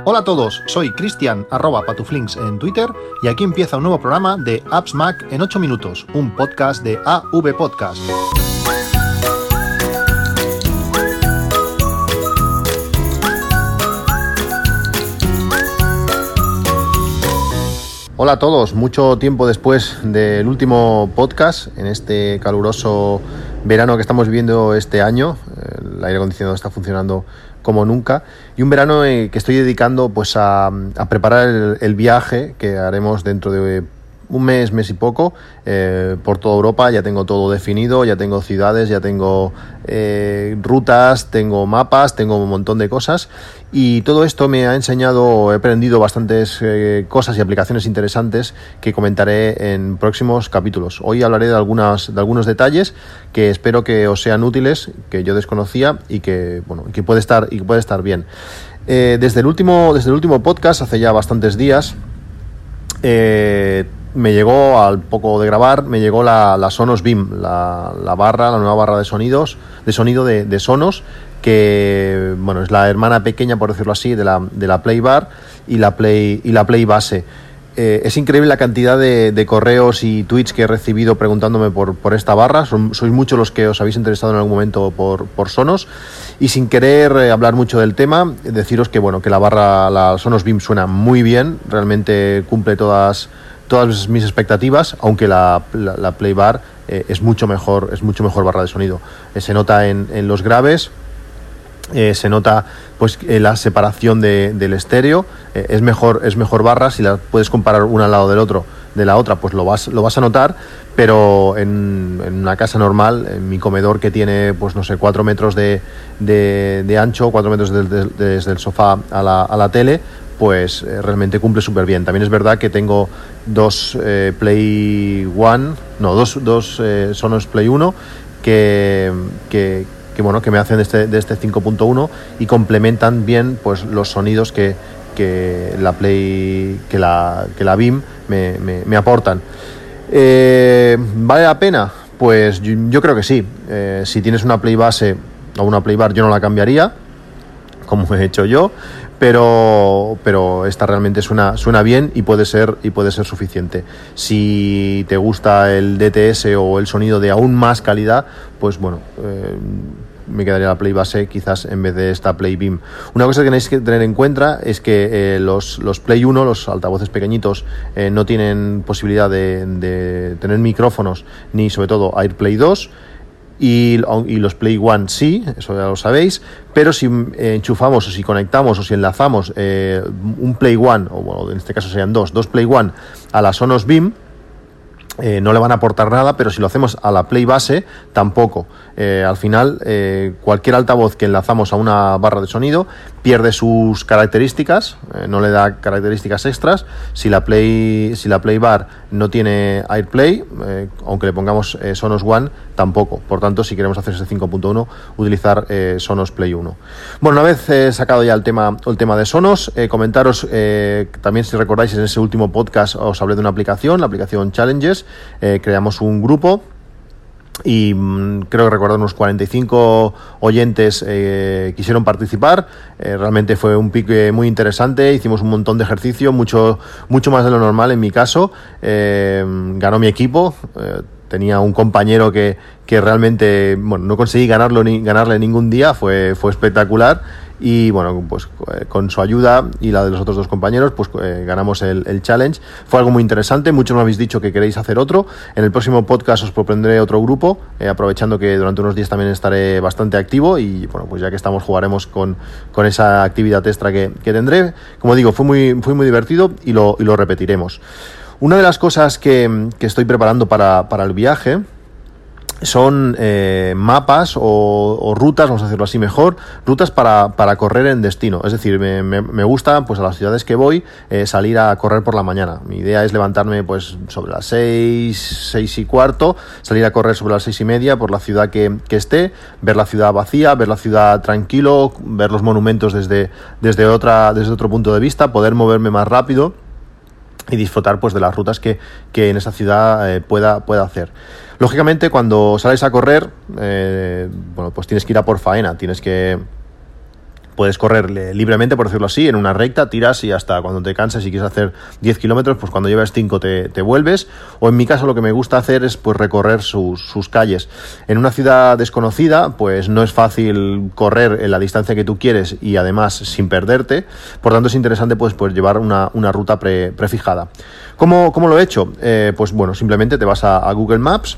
Hola a todos, soy Cristian @patuflinks en Twitter y aquí empieza un nuevo programa de Apps Mac en 8 minutos, un podcast de AV Podcast. Hola a todos, mucho tiempo después del último podcast, en este caluroso verano que estamos viviendo este año, el aire acondicionado está funcionando como nunca, y un verano que estoy dedicando pues a preparar el viaje que haremos dentro de un mes y poco por toda Europa. Ya tengo todo definido, ya tengo ciudades, ya tengo rutas, tengo mapas, tengo un montón de cosas, y todo esto me ha enseñado, he aprendido bastantes cosas y aplicaciones interesantes que comentaré en próximos capítulos. Hoy hablaré de algunos detalles que espero que os sean útiles, que yo desconocía y que puede estar bien. Desde el último podcast, hace ya bastantes días, me llegó, al poco de grabar, me llegó la Sonos Beam, la nueva barra de sonido de Sonos, que es la hermana pequeña, por decirlo así, de la Play Bar y la Play Base. Es increíble la cantidad de correos y tweets que he recibido preguntándome por esta barra. Sois muchos los que os habéis interesado en algún momento por Sonos, y sin querer hablar mucho del tema, deciros que la Sonos Beam suena muy bien, realmente cumple todas mis expectativas, aunque la Play Bar es mucho mejor barra de sonido. Se nota en los graves, se nota la separación del estéreo, es mejor barra. Si la puedes comparar una al lado de la otra, pues lo vas a notar, pero en una casa normal, en mi comedor, que tiene 4 metros de ancho, 4 metros desde el sofá a la tele, pues realmente cumple súper bien. También es verdad que tengo dos Sonos Play 1 que me hacen de este 5.1 y complementan bien pues los sonidos que la Beam me aportan. ¿Vale la pena? Pues yo creo que sí. Si tienes una Play Base o una Play Bar, yo no la cambiaría, como he hecho yo, pero esta realmente suena bien y puede ser suficiente. Si te gusta el DTS o el sonido de aún más calidad, pues me quedaría la Play Base quizás en vez de esta Play Beam. Una cosa que tenéis que tener en cuenta es que los Play 1, los altavoces pequeñitos, no tienen posibilidad de tener micrófonos, ni sobre todo AirPlay 2, y los Play 1 sí, eso ya lo sabéis, pero si enchufamos o si conectamos o si enlazamos un Play 1, o en este caso serían dos Play 1 a la Sonos Beam, no le van a aportar nada, pero si lo hacemos a la Play Base, tampoco. Al final, cualquier altavoz que enlazamos a una barra de sonido pierde sus características, no le da características extras. Si la Play Bar no tiene AirPlay, aunque le pongamos Sonos One, tampoco. Por tanto, si queremos hacer ese 5.1, utilizar Sonos Play 1. Bueno, una vez sacado ya el tema de Sonos, comentaros también, si recordáis, en ese último podcast os hablé de una aplicación, la aplicación Challenges. Creamos un grupo y creo que recordar unos 45 oyentes quisieron participar. Realmente fue un pique muy interesante, hicimos un montón de ejercicio, mucho más de lo normal en mi caso. Ganó mi equipo. Tenía un compañero que realmente no conseguí ganarle ningún día, fue espectacular, y con su ayuda y la de los otros dos compañeros ganamos el challenge. Fue algo muy interesante. Muchos me habéis dicho que queréis hacer otro. En el próximo podcast os propondré otro grupo, aprovechando que durante unos días también estaré bastante activo, y ya que estamos, jugaremos con esa actividad extra que tendré. Como digo, fue muy divertido y lo repetiremos. Una de las cosas que estoy preparando para el viaje son mapas o rutas, vamos a decirlo así mejor, rutas para correr en destino. Es decir, me gusta a las ciudades que voy salir a correr por la mañana. Mi idea es levantarme sobre las 6:15, salir a correr sobre las 6:30 por la ciudad que esté, ver la ciudad vacía, ver la ciudad tranquilo, ver los monumentos desde otro punto de vista, poder moverme más rápido y disfrutar de las rutas que en esa ciudad pueda hacer. Lógicamente, cuando sales a correr, tienes que ir a por faena, tienes que Puedes correr libremente, por decirlo así, en una recta, tiras y hasta cuando te cansas y quieres hacer 10 kilómetros, pues cuando llevas 5 te vuelves. O en mi caso lo que me gusta hacer es pues recorrer sus calles. En una ciudad desconocida, pues no es fácil correr en la distancia que tú quieres y además sin perderte. Por tanto es interesante pues llevar una ruta prefijada. ¿Cómo lo he hecho? Pues bueno, simplemente te vas a Google Maps,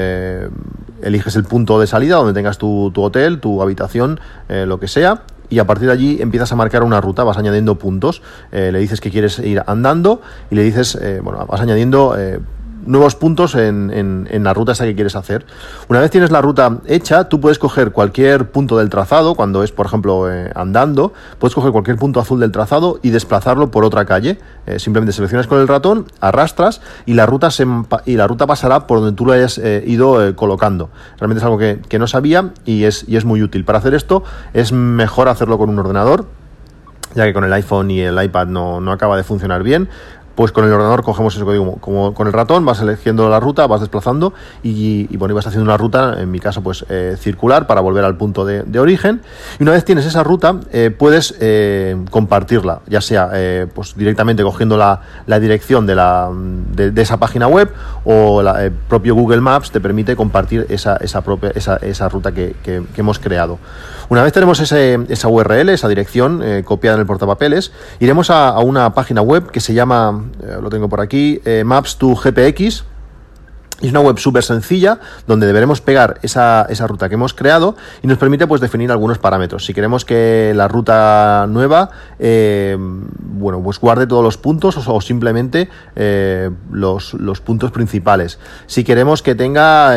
eliges el punto de salida donde tengas tu hotel, tu habitación, lo que sea, y a partir de allí empiezas a marcar una ruta, vas añadiendo puntos, le dices que quieres ir andando y le dices, vas añadiendo nuevos puntos en la ruta esa que quieres hacer. Una vez tienes la ruta hecha, tú puedes coger cualquier punto del trazado, cuando es, por ejemplo, andando, puedes coger cualquier punto azul del trazado y desplazarlo por otra calle. Simplemente seleccionas con el ratón, arrastras y la ruta pasará por donde tú lo hayas ido colocando. Realmente es algo que no sabía y es muy útil. Para hacer esto es mejor hacerlo con un ordenador, ya que con el iPhone y el iPad no acaba de funcionar bien. Pues con el ordenador cogemos eso que digo, como con el ratón, vas eligiendo la ruta, vas desplazando y vas haciendo una ruta, en mi caso pues circular, para volver al punto de origen. Y una vez tienes esa ruta, puedes compartirla, ya sea pues directamente cogiendo la dirección de esa página web, o el propio Google Maps te permite compartir esa ruta que hemos creado. Una vez tenemos esa URL, esa dirección copiada en el portapapeles, iremos a una página web que se llama, lo tengo por aquí, Maps2GPX. Es una web súper sencilla donde deberemos pegar esa ruta que hemos creado y nos permite pues definir algunos parámetros. Si queremos que la ruta nueva pues guarde todos los puntos o simplemente los puntos principales. Si queremos que tenga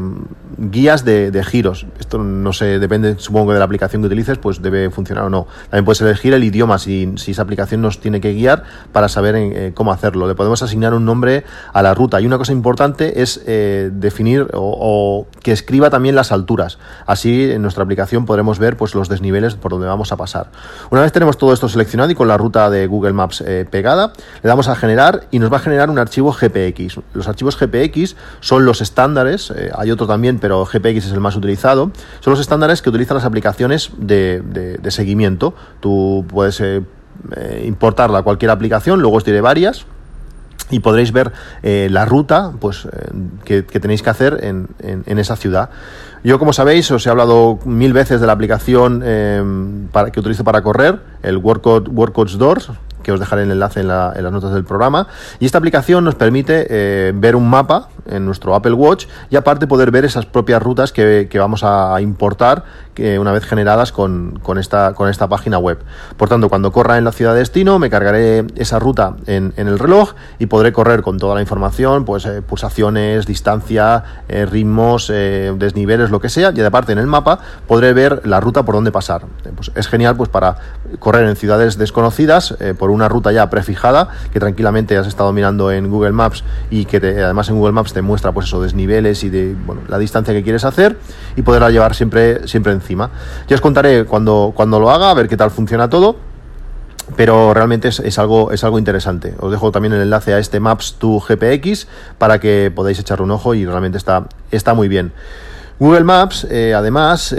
guías de giros, esto no sé, depende supongo que de la aplicación que utilices, pues debe funcionar o no. También puedes elegir el idioma si esa aplicación nos tiene que guiar para saber cómo hacerlo. Le podemos asignar un nombre a la ruta y una cosa importante es definir o que escriba también las alturas. Así en nuestra aplicación podremos ver pues los desniveles por donde vamos a pasar. Una vez tenemos todo esto seleccionado y con la ruta de Google Maps pegada, le damos a generar y nos va a generar un archivo GPX. Los archivos GPX son los estándares, hay otro también, pero GPX es el más utilizado. Son los estándares que utilizan las aplicaciones de seguimiento. Tú puedes importarla a cualquier aplicación, luego os diré varias, y podréis ver la ruta pues que tenéis que hacer en esa ciudad. Yo, como sabéis, os he hablado 1000 veces de la aplicación que utilizo para correr, el Workouts Doors, que os dejaré el enlace en las notas del programa. Y esta aplicación nos permite ver un mapa en nuestro Apple Watch y aparte poder ver esas propias rutas que vamos a importar una vez generadas con esta página web. Por tanto, cuando corra en la ciudad de destino, me cargaré esa ruta en el reloj y podré correr con toda la información, pues pulsaciones, distancia, ritmos, desniveles, lo que sea, y aparte en el mapa podré ver la ruta por donde pasar. Pues es genial pues para correr en ciudades desconocidas por una ruta ya prefijada que tranquilamente has estado mirando en Google Maps y que además en Google Maps te muestra pues eso, desniveles y la distancia que quieres hacer, y poderla llevar siempre encima. Ya os contaré cuando lo haga, a ver qué tal funciona todo, pero realmente es algo interesante. Os dejo también el enlace a este Maps2GPX para que podáis echarle un ojo y realmente está muy bien. Google Maps, además,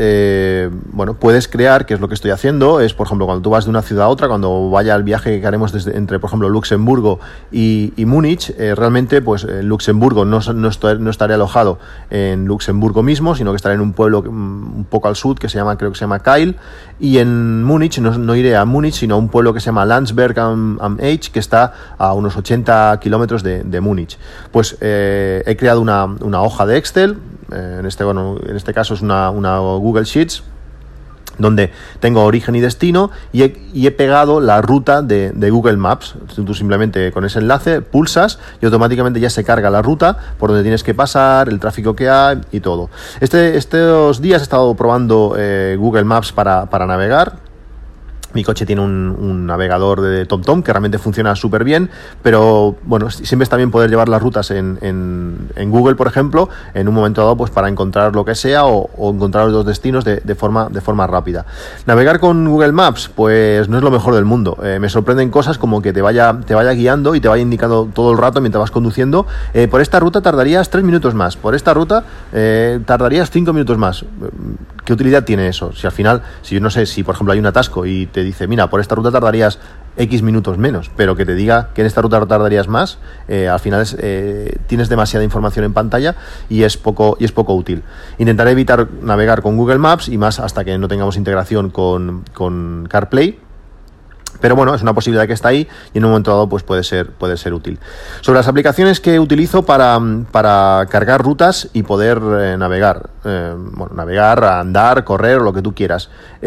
puedes crear, que es lo que estoy haciendo, es, por ejemplo, cuando tú vas de una ciudad a otra, cuando vaya al viaje que haremos entre, por ejemplo, Luxemburgo y Múnich, realmente, pues, en Luxemburgo no estaré alojado en Luxemburgo mismo, sino que estaré en un pueblo un poco al sur, creo que se llama Kiel, y en Múnich no iré a Múnich, sino a un pueblo que se llama Landsberg am Ech, que está a unos 80 kilómetros de Múnich. Pues he creado una hoja de Excel. En este caso es una Google Sheets, donde tengo origen y destino, y he pegado la ruta de Google Maps. Tú simplemente con ese enlace pulsas y automáticamente ya se carga la ruta por donde tienes que pasar, el tráfico que hay y todo. Estos días he estado probando Google Maps para navegar. Mi coche tiene un navegador de TomTom que realmente funciona súper bien, pero bueno, siempre está bien poder llevar las rutas en Google, por ejemplo, en un momento dado, pues para encontrar lo que sea o encontrar los destinos de forma rápida. Navegar con Google Maps, pues no es lo mejor del mundo. Me sorprenden cosas como que te vaya guiando y te vaya indicando todo el rato mientras vas conduciendo. Por esta ruta tardarías 3 minutos más, por esta ruta tardarías 5 minutos más. ¿Qué utilidad tiene eso? Si al final, si yo no sé, si por ejemplo hay un atasco y te dice, mira, por esta ruta tardarías X minutos menos, pero que te diga que en esta ruta tardarías más, al final tienes demasiada información en pantalla y es poco útil. Intentaré evitar navegar con Google Maps y más hasta que no tengamos integración con CarPlay. Pero bueno, es una posibilidad que está ahí y en un momento dado pues puede ser útil. Sobre las aplicaciones que utilizo para cargar rutas y poder navegar. Navegar, andar, correr, lo que tú quieras.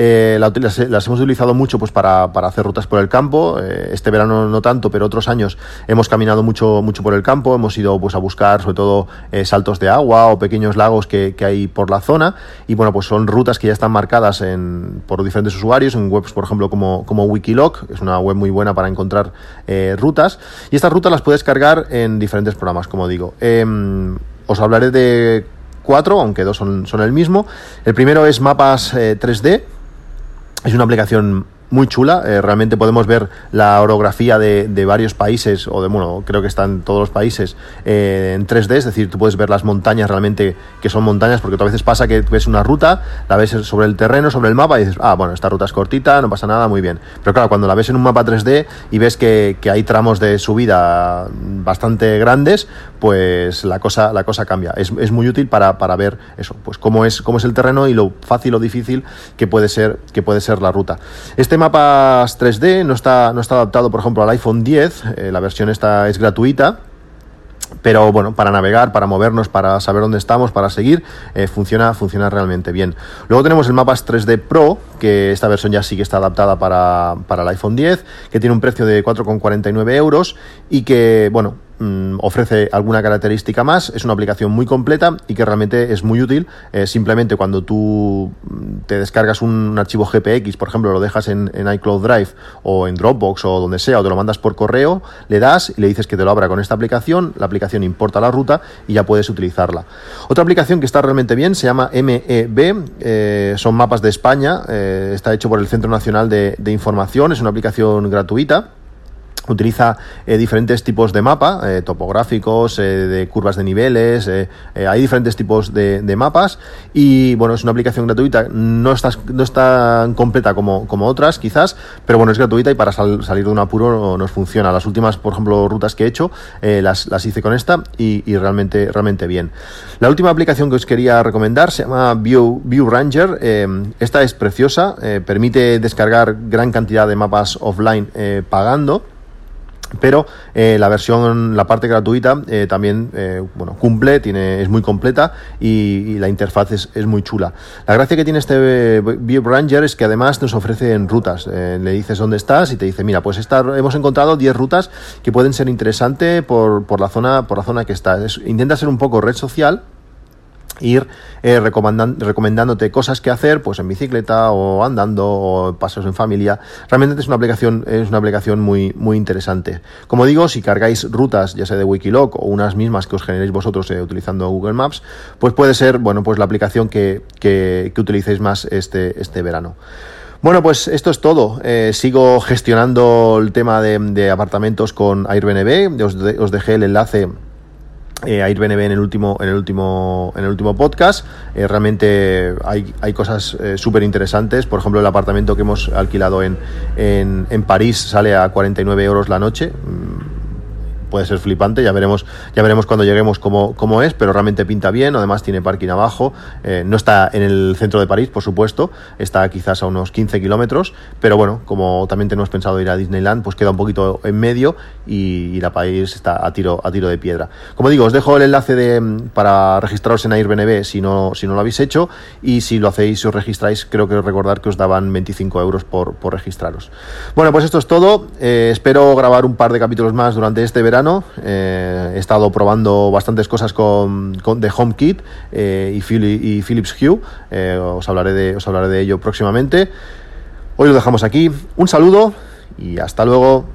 Las hemos utilizado mucho pues para hacer rutas por el campo. Este verano no tanto, pero otros años hemos caminado mucho por el campo. Hemos ido pues a buscar sobre todo saltos de agua o pequeños lagos que hay por la zona. Y bueno, pues son rutas que ya están marcadas por diferentes usuarios en webs, por ejemplo, como Wikiloc. Es una web muy buena para encontrar rutas. Y estas rutas las puedes cargar en diferentes programas, como digo. Os hablaré de 4, aunque 2 son el mismo. El primero es Mapas 3D. Es una aplicación muy chula, realmente podemos ver la orografía de varios países, creo que están todos los países en 3D, es decir, tú puedes ver las montañas realmente que son montañas, porque a veces pasa que ves una ruta, la ves sobre el terreno, sobre el mapa y dices, esta ruta es cortita, no pasa nada, muy bien. Pero claro, cuando la ves en un mapa 3D y ves que hay tramos de subida bastante grandes, pues la cosa cambia. Es muy útil para ver eso, pues cómo es el terreno y lo fácil o difícil que puede ser la ruta. Este Mapas 3D no está adaptado, por ejemplo, al iPhone 10, la versión esta es gratuita, pero bueno, para navegar, para movernos, para saber dónde estamos, para seguir, funciona realmente bien. Luego tenemos el Mapas 3D Pro, que esta versión ya sí que está adaptada para el iPhone 10, que tiene un precio de 4,49 euros y que, ofrece alguna característica más. Es una aplicación muy completa y que realmente es muy útil. Simplemente cuando tú te descargas un archivo GPX, por ejemplo, lo dejas en iCloud Drive o en Dropbox o donde sea, o te lo mandas por correo, le das y le dices que te lo abra con esta aplicación, la aplicación importa la ruta y ya puedes utilizarla. Otra aplicación que está realmente bien se llama MEB, son mapas de España, está hecho por el Centro Nacional de Información, es una aplicación gratuita. Utiliza diferentes tipos de mapa, topográficos, de curvas de niveles, hay diferentes tipos de mapas y bueno, es una aplicación gratuita, no es tan completa como otras quizás, pero bueno, es gratuita y para salir de un apuro nos funciona. Las últimas, por ejemplo, rutas que he hecho, las hice con esta y realmente bien. La última aplicación que os quería recomendar se llama View Ranger. Esta es preciosa, permite descargar gran cantidad de mapas offline pagando. Pero la parte gratuita también cumple, es muy completa y la interfaz es muy chula. La gracia que tiene este View Ranger es que además nos ofrecen rutas. Le dices dónde estás y te dice, mira, pues hemos encontrado 10 rutas que pueden ser interesantes por la zona que estás. Intenta ser un poco red social, ir recomendándote cosas que hacer pues en bicicleta o andando o paseos en familia. Realmente es una aplicación muy interesante. Como digo, si cargáis rutas ya sea de Wikiloc o unas mismas que os generéis vosotros utilizando Google Maps, pues puede ser pues la aplicación que utilicéis más este verano. Bueno, pues esto es todo. Sigo gestionando el tema de apartamentos con Airbnb. Os dejé el enlace a Airbnb en el último podcast. Realmente hay cosas súper interesantes. Por ejemplo, el apartamento que hemos alquilado en París sale a 49 euros la noche. Puede ser flipante, ya veremos cuando lleguemos cómo es, pero realmente pinta bien. Además tiene parking abajo, no está en el centro de París, por supuesto, está quizás a unos 15 kilómetros, pero bueno, como también tenemos pensado ir a Disneyland, pues queda un poquito en medio y ir a París está a tiro de piedra. Como digo, os dejo el enlace para registraros en Airbnb si no lo habéis hecho, y si lo hacéis, si os registráis, creo que recordar que os daban 25 euros por registraros. Bueno, pues esto es todo. Espero grabar un par de capítulos más durante este verano. He estado probando bastantes cosas con The HomeKit y Philips Hue. Os hablaré de ello próximamente. Hoy lo dejamos aquí. Un saludo y hasta luego.